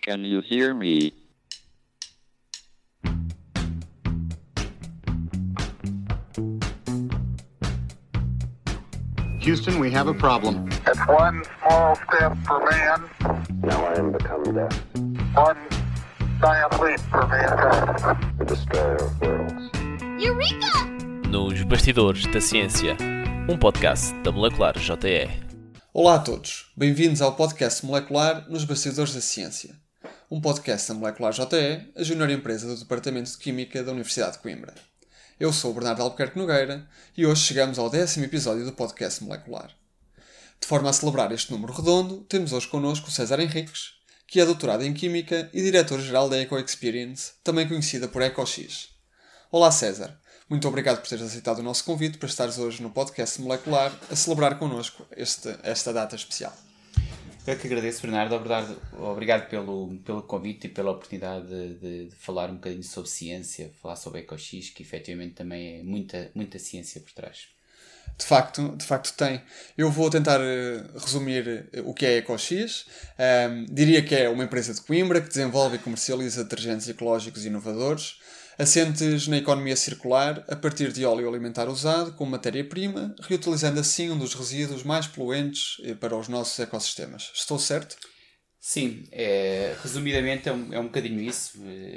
Can you hear me? Houston, we have a problem. It's one small step for man, Now I am become death, one giant leap for mankind. the destroyer of worlds. Eureka! Nos Bastidores da Ciência, um podcast da Molecular JE. Olá a todos, bem-vindos ao podcast Molecular nos Bastidores da Ciência, um podcast da Molecular JE, a júnior empresa do Departamento de Química da Universidade de Coimbra. Eu sou o Bernardo Albuquerque Nogueira e hoje chegamos ao 10º episódio do podcast Molecular. De forma a celebrar este número redondo, temos hoje connosco o César Henriques, que é doutorado em Química e diretor-geral da EcoExperience, também conhecida por EcoX. Olá César, muito obrigado por teres aceitado o nosso convite para estares hoje no podcast Molecular a celebrar connosco esta data especial. Eu que agradeço, Bernardo. Obrigado pelo convite e pela oportunidade de falar um bocadinho sobre ciência, falar sobre EcoX, que efetivamente também é muita ciência por trás. De facto tem. Eu vou tentar resumir o que é a EcoX. Diria que é uma empresa de Coimbra que desenvolve e comercializa detergentes ecológicos inovadores, assentes na economia circular a partir de óleo alimentar usado como matéria-prima, reutilizando assim um dos resíduos mais poluentes para os nossos ecossistemas. Estou certo? Sim, resumidamente é um bocadinho isso.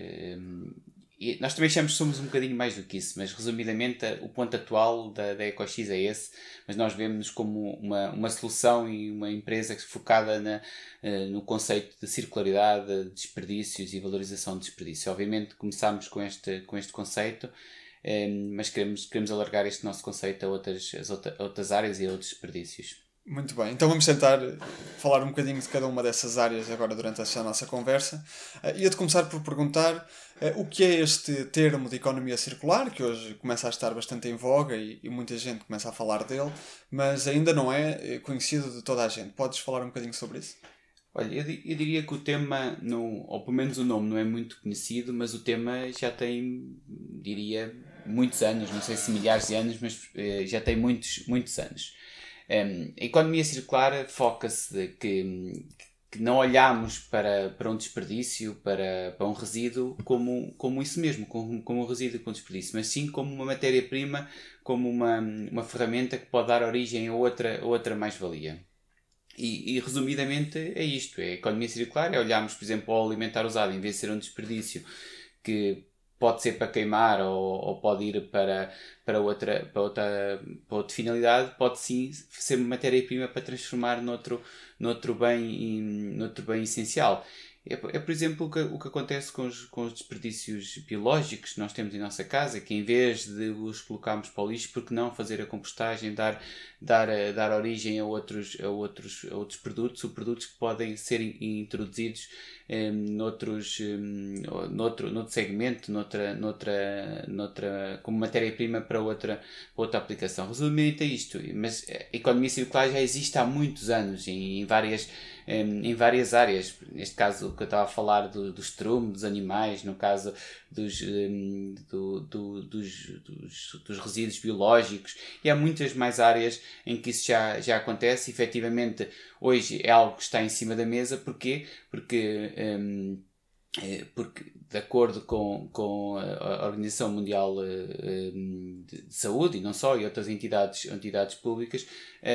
E nós também achamos que somos um bocadinho mais do que isso, mas resumidamente o ponto atual da EcoX é esse, mas nós vemos como uma solução e uma empresa focada no conceito de circularidade, desperdícios e valorização de desperdício. Obviamente começámos com este conceito, mas queremos alargar este nosso conceito a outras áreas e a outros desperdícios. Muito bem, então vamos tentar falar um bocadinho de cada uma dessas áreas agora durante esta nossa conversa. Ia-te começar por perguntar o que é este termo de economia circular, que hoje começa a estar bastante em voga e muita gente começa a falar dele, mas ainda não é conhecido de toda a gente. Podes falar um bocadinho sobre isso? Olha, eu diria que o tema, ou pelo menos o nome, não é muito conhecido, mas o tema já tem, diria, muitos anos, não sei se milhares de anos, mas já tem muitos anos. A economia circular foca-se de que não olhamos para um desperdício, para um resíduo como isso mesmo, como um resíduo com desperdício, mas sim como uma matéria-prima, como uma ferramenta que pode dar origem a outra mais-valia. E resumidamente é isto, a economia circular é olharmos, por exemplo, ao alimentar usado, em vez de ser um desperdício que pode ser para queimar ou pode ir para outra finalidade, pode sim ser uma matéria-prima para transformar noutro bem essencial. É por exemplo, o que acontece com os desperdícios biológicos que nós temos em nossa casa, que em vez de os colocarmos para o lixo, por que não fazer a compostagem, dar origem a outros produtos, ou produtos que podem ser introduzidos noutro segmento, como matéria-prima para outra aplicação. Resumidamente é isto, mas a economia circular já existe há muitos anos em várias áreas. Neste caso que eu estava a falar do estrume, dos animais, no caso dos resíduos biológicos, e há muitas mais áreas em que isso já acontece. Efetivamente, hoje é algo que está em cima da mesa. Porquê? Porque de acordo com a Organização Mundial de Saúde, e não só, e outras entidades públicas,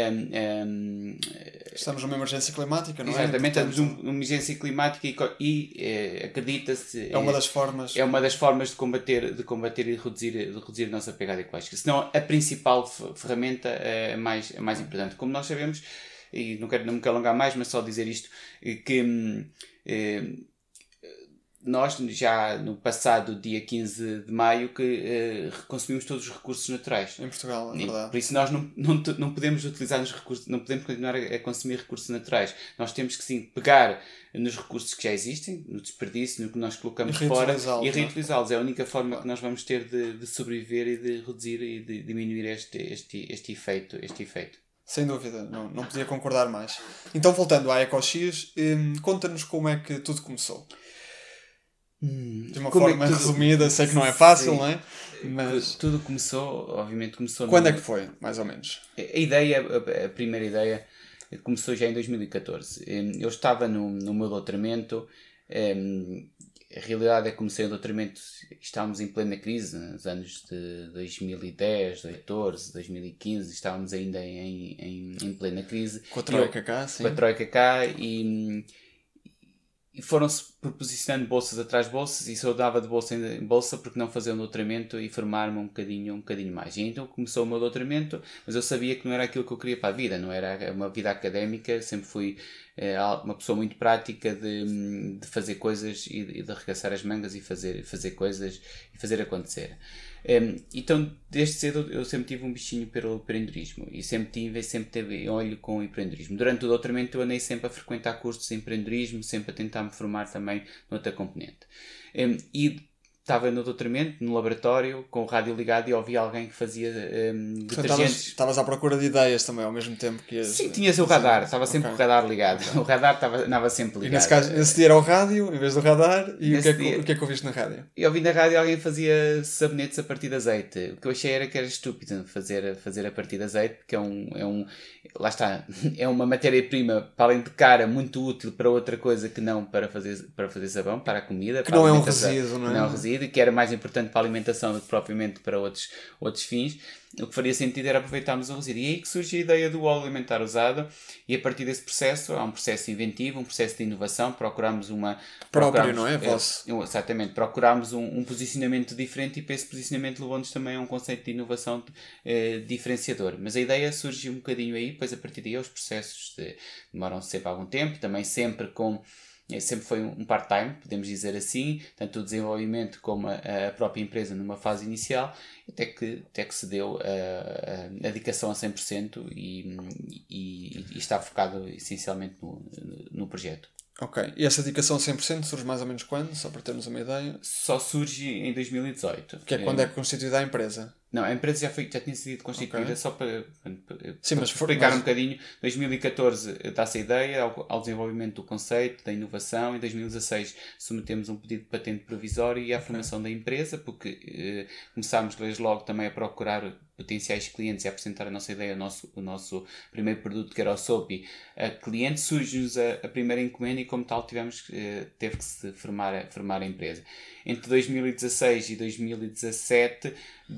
estamos numa emergência climática, não é? Exatamente, estamos numa emergência climática e acredita-se... É uma das formas... É uma das formas de combater e reduzir a nossa pegada ecológica. Senão, a principal ferramenta é mais importante. Como nós sabemos, e não me quero alongar mais, mas só dizer isto, que... nós já no passado dia 15 de maio que consumimos todos os recursos naturais. Em Portugal, é verdade. Por isso nós não podemos utilizar os recursos, não podemos continuar a consumir recursos naturais. Nós temos que sim pegar nos recursos que já existem, no desperdício, no que nós colocamos fora e reutilizá-los. É a única forma que nós vamos ter de sobreviver e de reduzir e de diminuir este efeito. Sem dúvida, não podia concordar mais. Então, voltando à EcoX, conta-nos como é que tudo começou. De uma forma resumida, sei que não é fácil, não é? Mas tudo começou. Quando é que foi, mais ou menos? A primeira ideia começou já em 2014. Eu estava no meu doutoramento A realidade é que comecei o doutoramento, estávamos em plena crise, nos anos de 2010, 2014, 2015, estávamos ainda em plena crise. Com a Troika cá, sim. Com a Troika cá e foram-se proposicionando bolsas atrás de bolsas e só dava de bolsa em bolsa porque não fazer um doutoramento e formar-me um bocadinho mais. E então começou o meu doutoramento, mas eu sabia que não era aquilo que eu queria para a vida, não era uma vida académica, sempre fui uma pessoa muito prática de fazer coisas e de arregaçar as mangas e fazer coisas e fazer acontecer. Então, desde cedo eu sempre tive um bichinho pelo empreendedorismo e sempre teve olho com o empreendedorismo. Durante o doutoramento eu andei sempre a frequentar cursos de empreendedorismo, sempre a tentar me formar também noutra componente. E estava no doutoramento, no laboratório, com o rádio ligado e ouvi alguém que fazia detergentes. Estavas à procura de ideias também, ao mesmo tempo que ias... Sim, tinha o radar, estava sempre com o radar ligado. O radar andava sempre ligado. E nesse caso, nesse dia era o rádio, em vez do radar, e o que é que ouviste na rádio? Eu ouvi na rádio alguém fazia sabonetes a partir de azeite. O que eu achei era que era estúpido fazer a partir de azeite, porque lá está, é uma matéria-prima, para além de cara, muito útil para outra coisa que não para fazer sabão, para a comida. Que não é um resíduo, não é? Não é um resíduo, que era mais importante para a alimentação do que propriamente para outros fins. O que faria sentido era aproveitarmos o resíduo. E aí que surge a ideia do óleo alimentar usado, e a partir desse processo, há um processo inventivo, um processo de inovação, procurámos próprio, não é? Vosso. Exatamente, procurámos um posicionamento diferente, e para esse posicionamento levou-nos também a um conceito de inovação diferenciador. Mas a ideia surge um bocadinho aí, depois a partir daí os processos demoram sempre algum tempo, também sempre foi um part-time, podemos dizer assim, tanto o desenvolvimento como a própria empresa numa fase inicial, até que se deu a dedicação a 100% e está focado essencialmente no projeto. Ok, e essa dedicação a 100% surge mais ou menos quando? Só para termos uma ideia. Só surge em 2018. Que é quando é constituída a empresa? Não, a empresa já tinha sido constituída, okay. Só para explicar um bocadinho. 2014 dá-se a ideia ao desenvolvimento do conceito, da inovação. Em 2016 submetemos um pedido de patente provisório e à formação da empresa, porque começámos desde logo também a procurar potenciais clientes e a apresentar a nossa ideia, o nosso primeiro produto, que era o SOPI, a clientes. Surge-nos a primeira encomenda e, como tal, teve que se formar a empresa. Entre 2016 e 2017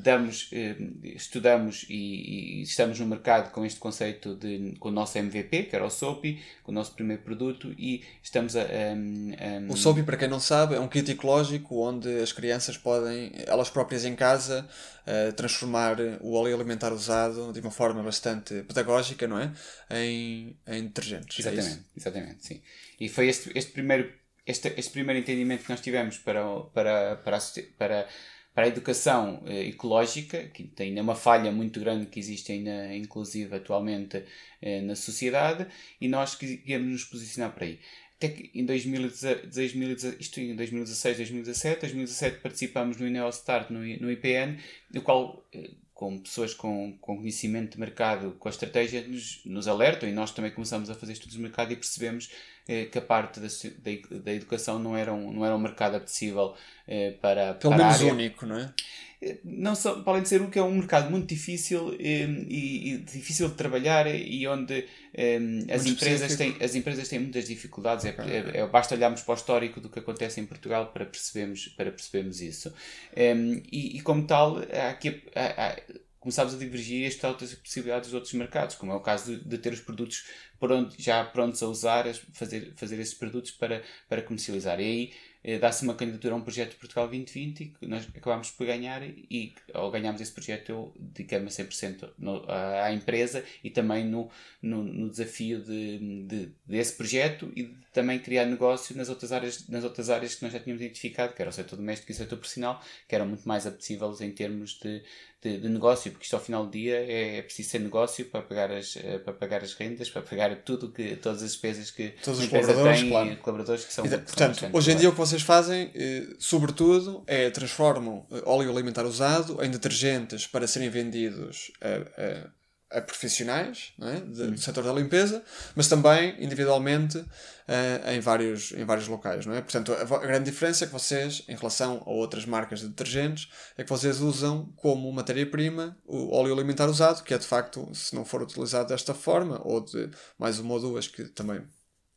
estudamos e estamos no mercado com este conceito com o nosso MVP, que era o SOPI, com o nosso primeiro produto, e estamos O SOPI, para quem não sabe, é um kit ecológico onde as crianças podem, elas próprias em casa, transformar o óleo alimentar usado de uma forma bastante pedagógica, não é? Em detergentes. Exatamente, sim. E foi este primeiro entendimento que nós tivemos para a educação ecológica, que tem ainda uma falha muito grande que existe ainda, inclusive, atualmente na sociedade, e nós queríamos nos posicionar para aí. Até que em 2016, 2017 participamos no Ineo Start, no IPN, no qual, com pessoas com conhecimento de mercado, com a estratégia, nos alertam, e nós também começamos a fazer estudos de mercado e percebemos que a parte da educação não era um mercado apetecível para pelo menos único, não é? Não só, para além de ser que é um mercado muito difícil e difícil de trabalhar, e onde as empresas têm muitas dificuldades. Basta olharmos para o histórico do que acontece em Portugal para percebermos isso. E como tal, começámos a divergir e a estudar outras possibilidades de outros mercados, como é o caso de ter os produtos já prontos a usar, fazer esses produtos para comercializar. E aí dá-se uma candidatura a um projeto de Portugal 2020 que nós acabámos por ganhar, e ao ganharmos esse projeto eu dediquei-me a 100% à empresa e também no desafio desse projeto, e de também criar negócio nas outras áreas que nós já tínhamos identificado, que era o setor doméstico e o setor profissional, que eram muito mais apetecíveis em termos de negócio, porque isto ao final do dia é preciso ser negócio para pagar as rendas, para pagar todas as despesas que todos a os empresa colaboradores, tem, claro. e colaboradores que são... Portanto, hoje em dia o que vocês fazem, sobretudo, é transformam óleo alimentar usado em detergentes para serem vendidos a profissionais, não é? Do setor da limpeza, mas também individualmente em vários locais, não é? Portanto, a grande diferença é que vocês, em relação a outras marcas de detergentes, é que vocês usam como matéria-prima o óleo alimentar usado, que é de facto, se não for utilizado desta forma, ou de mais uma ou duas que também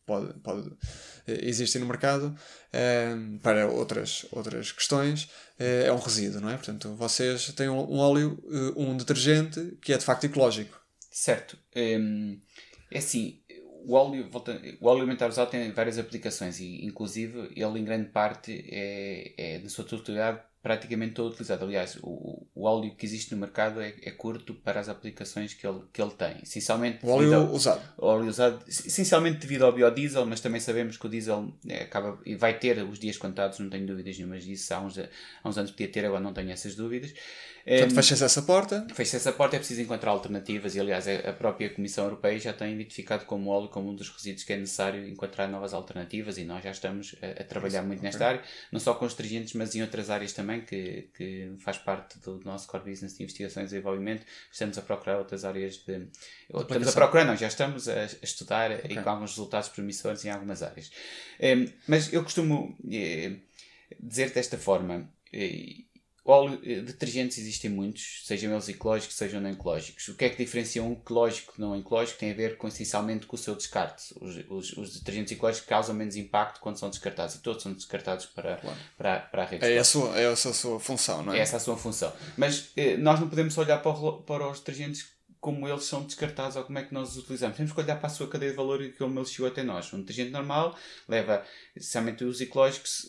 existem no mercado para outras questões, é um resíduo, não é? Portanto, vocês têm um óleo, um detergente que é de facto ecológico. Certo. É assim, o óleo alimentar usado tem várias aplicações e, inclusive, ele em grande parte é na sua totalidade praticamente todo utilizado. Aliás, o óleo que existe no mercado é curto para as aplicações que ele tem. Essencialmente, O óleo usado. Essencialmente devido ao biodiesel, mas também sabemos que o diesel acaba e vai ter os dias contados, não tenho dúvidas nenhumas disso. Há uns anos podia ter, agora não tenho essas dúvidas. Portanto, fecha-se essa porta. Fecha-se essa porta, é preciso encontrar alternativas e, aliás, a própria Comissão Europeia já tem identificado como óleo como um dos resíduos que é necessário encontrar novas alternativas e nós já estamos a trabalhar muito nesta área, não só com os detergentes, mas em outras áreas também que faz parte do nosso core business de investigações e desenvolvimento. Estamos a procurar outras áreas já estamos a estudar e com alguns resultados promissores em algumas áreas. Mas eu costumo dizer desta forma... Detergentes existem muitos, sejam eles ecológicos, sejam não ecológicos. O que é que diferencia um ecológico de não ecológico? Tem a ver essencialmente com o seu descarte. Os detergentes ecológicos causam menos impacto quando são descartados e todos são descartados para a rede. Essa é a sua função, não é? Essa é a sua função. Mas nós não podemos olhar para os detergentes como eles são descartados ou como é que nós os utilizamos. Temos que olhar para a sua cadeia de valor e como ele chegou até nós. Um detergente normal leva, essencialmente os ecológicos,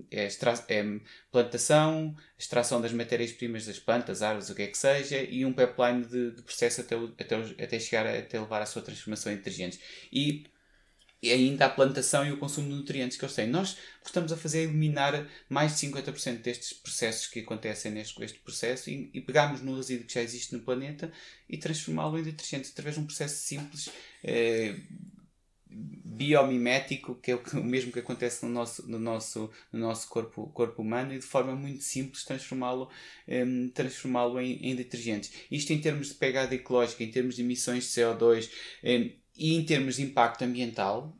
plantação, extração das matérias-primas das plantas, árvores, o que é que seja, e um pipeline de processo até chegar até levar à sua transformação em detergentes. E ainda a plantação e o consumo de nutrientes que eles têm. Nós estamos a fazer eliminar mais de 50% destes processos que acontecem neste processo e pegarmos no resíduo que já existe no planeta e transformá-lo em detergente através de um processo simples, biomimético, que é o mesmo que acontece no nosso corpo humano, e de forma muito simples transformá-lo em detergentes. Isto em termos de pegada ecológica, em termos de emissões de CO2, e em termos de impacto ambiental,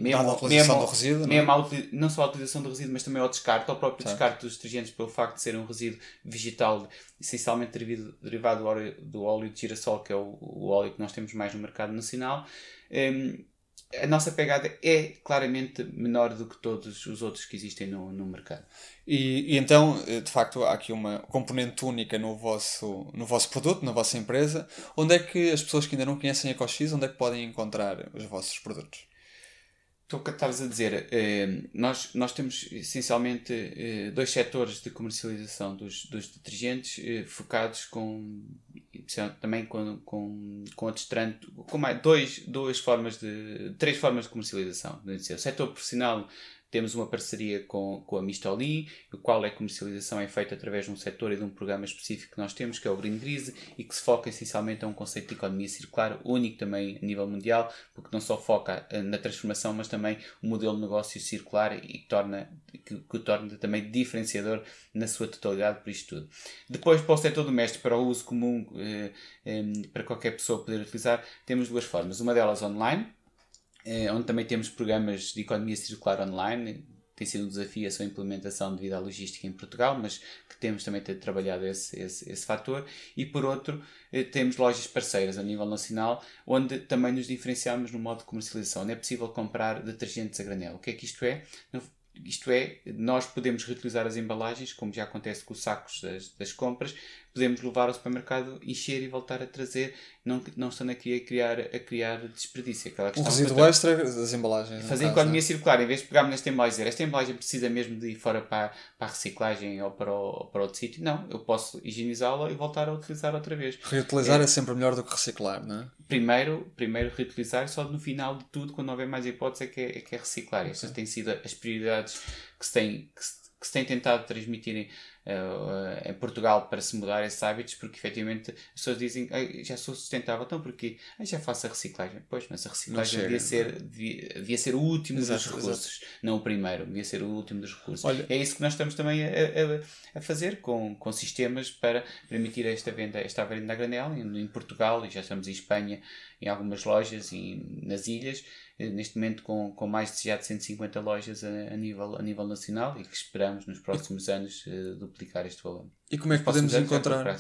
não só a utilização do resíduo, mas também ao descarte, ao próprio descarte dos detergentes, pelo facto de ser um resíduo vegetal, essencialmente derivado do óleo de girassol, que é o óleo que nós temos mais no mercado nacional. A nossa pegada é claramente menor do que todos os outros que existem no mercado. E então, de facto, há aqui uma componente única no vosso produto, na vossa empresa. Onde é que as pessoas que ainda não conhecem a EcoX, onde é que podem encontrar os vossos produtos? Então, o que estavas a dizer, nós temos essencialmente dois setores de comercialização dos detergentes, focados também com outros três formas de comercialização. O setor profissional, temos uma parceria com a Mistolin, o qual a comercialização é feita através de um setor e de um programa específico que nós temos, que é o Green Grease, e que se foca essencialmente a um conceito de economia circular, único também a nível mundial, porque não só foca na transformação, mas também um modelo de negócio circular e que o torna também diferenciador na sua totalidade por isto tudo. Depois, para o setor doméstico, para o uso comum, para qualquer pessoa poder utilizar, temos duas formas. Uma delas online, onde também temos programas de economia circular online. Tem sido um desafio a sua implementação devido à logística em Portugal, mas que temos também trabalhado esse fator. E por outro, temos lojas parceiras a nível nacional, onde também nos diferenciamos no modo de comercialização. Não é possível comprar detergentes a granel. O que é que isto é? Isto é, nós podemos reutilizar as embalagens, como já acontece com os sacos das compras, podemos levar ao supermercado, encher e voltar a trazer, não estando aqui a criar desperdício. Um resíduo extra das embalagens. Fazer economia circular, em vez de pegarmos nesta embalagem e dizer, esta embalagem precisa mesmo de ir fora para a reciclagem ou para outro sítio, não, eu posso higienizá-la e voltar a utilizar outra vez. Reutilizar é sempre melhor do que reciclar, não é? Primeiro reutilizar, só no final de tudo, quando houver mais hipótese, é que é reciclar. Estas têm sido as prioridades que se tem tentado transmitir em Portugal para se mudar esses hábitos, porque efetivamente as pessoas dizem, já sou sustentável, então porquê? Já faço a reciclagem. Pois, mas a reciclagem devia ser o último dos recursos, não o primeiro, devia ser o último dos recursos. Olha, é isso que nós estamos também a fazer com sistemas para permitir esta venda a granel em Portugal, e já estamos em Espanha, em algumas lojas e nas ilhas, neste momento com mais de 150 lojas a nível nacional, e que esperamos nos próximos anos duplicar este valor. E como é que podemos encontrar?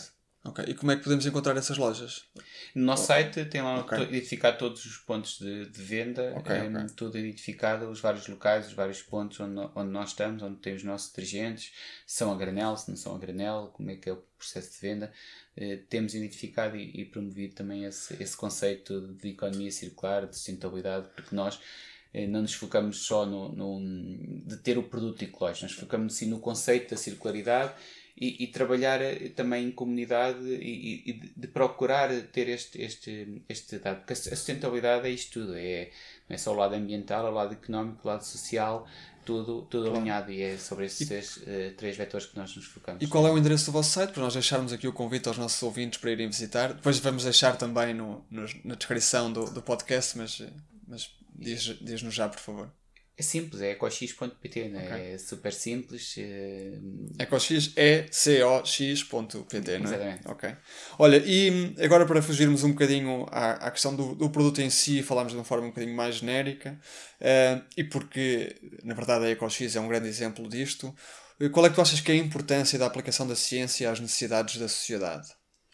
Ok. E como é que podemos encontrar essas lojas? No nosso site tem lá Ok. identificado todos os pontos de venda, Ok. tudo identificado, os vários locais, os vários pontos onde nós estamos, onde tem os nossos detergentes, se são a granel, se não são a granel, como é que é o processo de venda. Temos identificado e promovido também esse conceito de economia circular, de sustentabilidade, porque nós não nos focamos só de ter o produto ecológico, nós focamos sim no conceito da circularidade e trabalhar também em comunidade e de procurar ter este dado, porque a sustentabilidade é isto tudo, não é só o lado ambiental, é o lado económico, o lado social, tudo alinhado, e é sobre esses três vetores que nós nos focamos. E qual é o endereço do vosso site? Para nós deixarmos aqui o convite aos nossos ouvintes para irem visitar. Depois vamos deixar também na descrição do podcast, mas diz-nos já, por favor. É simples, é ecox.pt, né? Okay. É super simples. Ecox é cox.pt, não é? Exatamente. Ok. Olha, e agora para fugirmos um bocadinho à questão do produto em si, falarmos de uma forma um bocadinho mais genérica, e porque, na verdade, a Ecox é um grande exemplo disto, qual é que tu achas que é a importância da aplicação da ciência às necessidades da sociedade?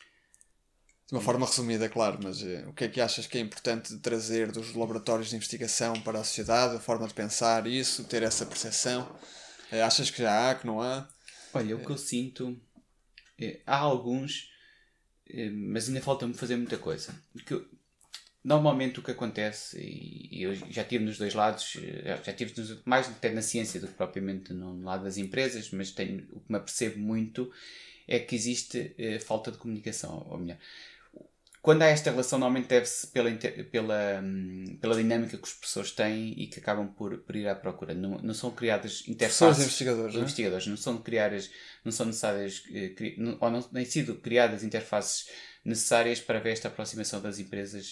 De uma forma resumida, claro, mas o que é que achas que é importante trazer dos laboratórios de investigação para a sociedade, a forma de pensar isso, ter essa percepção? Achas que já há, que não há? Olha, o que eu sinto, há alguns, mas ainda falta-me fazer muita coisa. Porque normalmente o que acontece, e eu já estive nos dois lados, já estive mais até na ciência do que propriamente no lado das empresas, mas o que me apercebo muito é que existe falta de comunicação, ou melhor, quando há esta relação, normalmente deve-se pela dinâmica que os professores têm e que acabam por ir à procura. Não são criadas interfaces... investigadores. Não são criadas, não são necessárias, ou não têm sido criadas interfaces necessárias para ver esta aproximação das empresas...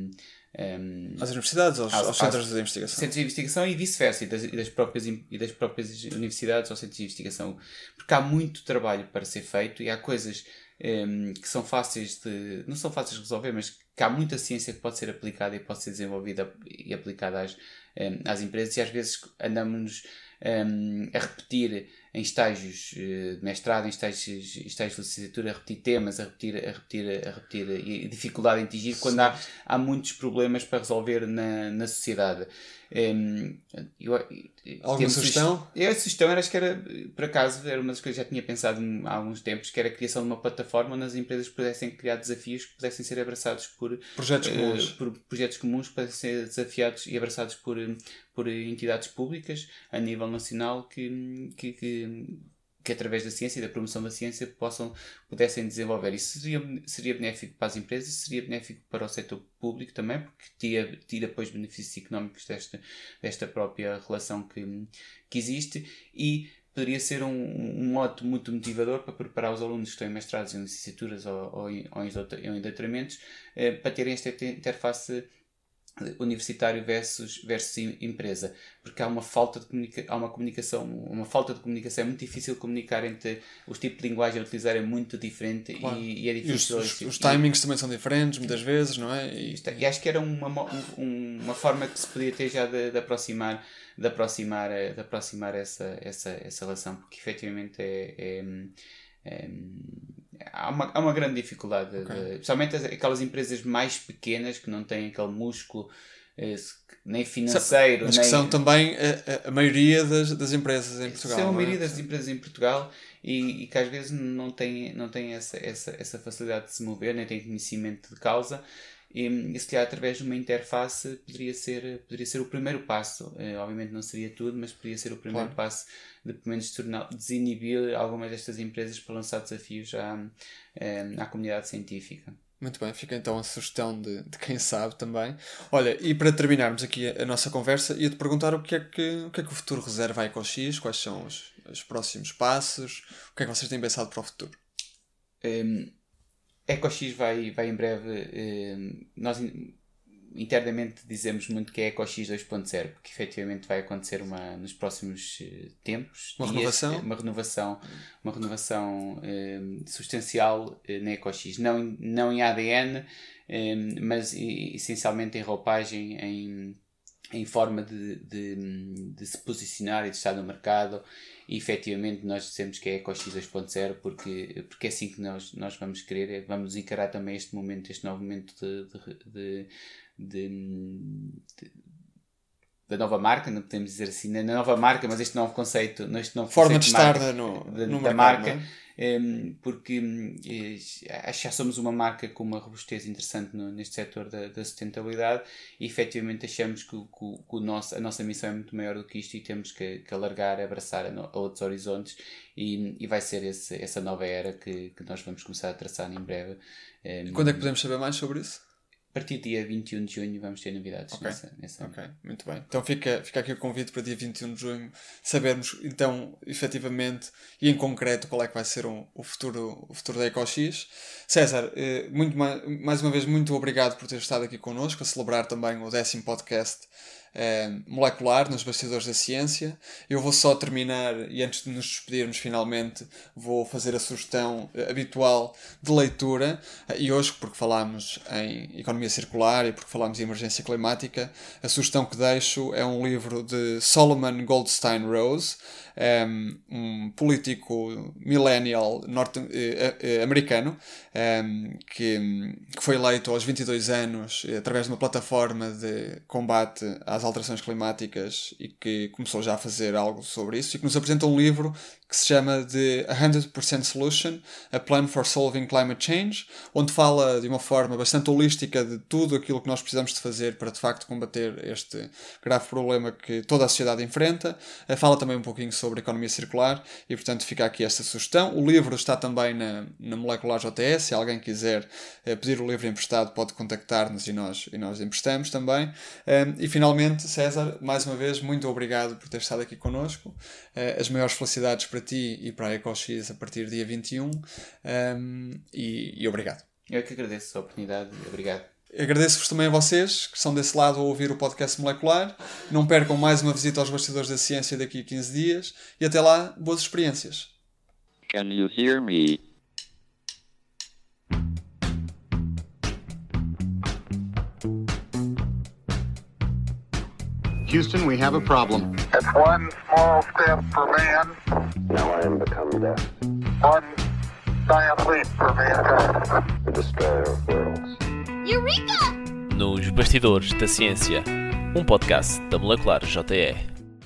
às universidades, aos centros de investigação. Centros de investigação e vice-versa, e das próprias universidades aos centros de investigação. Porque há muito trabalho para ser feito e há coisas... que são fáceis não são fáceis de resolver, mas que há muita ciência que pode ser aplicada e pode ser desenvolvida e aplicada às empresas, e às vezes andamos a repetir em estágios de mestrado, em estágios de licenciatura, a repetir temas, a repetir e dificuldade em atingir, quando há muitos problemas para resolver na sociedade. Alguma sugestão? A sugestão era, acho que era, por acaso, era uma das coisas que já tinha pensado há alguns tempos, que era a criação de uma plataforma onde as empresas pudessem criar desafios que pudessem ser abraçados por projetos comuns, que pudessem ser desafiados e abraçados por entidades públicas a nível nacional que através da ciência e da promoção da ciência pudessem desenvolver. Isso seria benéfico para as empresas, seria benéfico para o setor público também, porque tira depois benefícios económicos desta própria relação que existe, e poderia ser um mote muito motivador para preparar os alunos que estão em mestrados, em licenciaturas ou em doutoramentos, para terem esta interface universitário versus empresa, porque há uma falta de comunicação, é muito difícil comunicar entre os tipos de linguagem a utilizar, é muito diferente. Claro. E é difícil. Os timings também são diferentes muitas vezes, não é? E acho que era uma forma que se podia ter já de aproximar essa relação, porque efetivamente há uma grande dificuldade, especialmente aquelas empresas mais pequenas que não têm aquele músculo nem financeiro, mas que são também a maioria das empresas em Portugal. São a maioria das empresas em Portugal e que às vezes não têm essa facilidade de se mover, nem têm conhecimento de causa. E se calhar através de uma interface poderia ser o primeiro passo. Obviamente não seria tudo, mas poderia ser o primeiro passo de pelo menos desinibir algumas destas empresas para lançar desafios à comunidade científica. Muito bem, fica então a sugestão de quem sabe também. Olha, e para terminarmos aqui a nossa conversa, ia-te perguntar o que é que o futuro reserva à Ecox, quais são os próximos passos, o que é que vocês têm pensado para o futuro? Ecox vai em breve, nós internamente dizemos muito que é Ecox 2.0, porque efetivamente vai acontecer nos próximos tempos uma renovação substancial na Ecox, não em ADN, mas essencialmente em roupagem, em forma de se posicionar e de estar no mercado, e efetivamente nós dizemos que é EcoX 2.0 porque é assim que nós vamos querer, vamos encarar também este novo momento da nova marca, não podemos dizer assim, na nova marca, mas este novo conceito, forma de estar marca, no da mercado, marca, não é? Porque acho que já somos uma marca com uma robustez interessante neste setor da sustentabilidade, e efetivamente achamos que a nossa missão é muito maior do que isto, e temos que alargar, abraçar a outros horizontes, e vai ser essa nova era que nós vamos começar a traçar em breve. Quando é que podemos saber mais sobre isso? A partir do dia 21 de junho vamos ter novidades nessa. Ok, muito bem. Então fica aqui o convite para dia 21 de junho sabermos, então, efetivamente e em concreto, qual é que vai ser o futuro da EcoX. César, mais uma vez, muito obrigado por ter estado aqui connosco, a celebrar também o 10º podcast molecular nos bastidores da ciência. Eu vou só terminar, e antes de nos despedirmos finalmente, vou fazer a sugestão habitual de leitura, e hoje, porque falámos em economia circular e porque falámos em emergência climática, a sugestão que deixo é um livro de Solomon Goldstein Rose, um político millennial americano, que foi eleito aos 22 anos através de uma plataforma de combate às alterações climáticas, e que começou já a fazer algo sobre isso, e que nos apresenta um livro que se chama The 100% Solution, A Plan for Solving Climate Change, onde fala de uma forma bastante holística de tudo aquilo que nós precisamos de fazer para de facto combater este grave problema que toda a sociedade enfrenta. Fala também um pouquinho sobre economia circular, e portanto fica aqui esta sugestão. O livro está também na Molecular JTS. Se alguém quiser pedir o livro emprestado, pode contactar-nos e nós emprestamos também. E finalmente, César, mais uma vez, muito obrigado por ter estado aqui connosco. As maiores felicidades para ti e para a EcoX a partir do dia 21, e obrigado. Eu que agradeço a oportunidade. Obrigado. Agradeço-vos também a vocês que estão desse lado a ouvir o podcast Molecular. Não percam mais uma visita aos bastidores da ciência daqui a 15 dias, e até lá, boas experiências. Can you hear me? Houston, we have a problem. It's one small step for man, Now I am become death, one giant leap for mankind. the destroyer of worlds. Nos Bastidores da Ciência, um podcast da Molecular JE.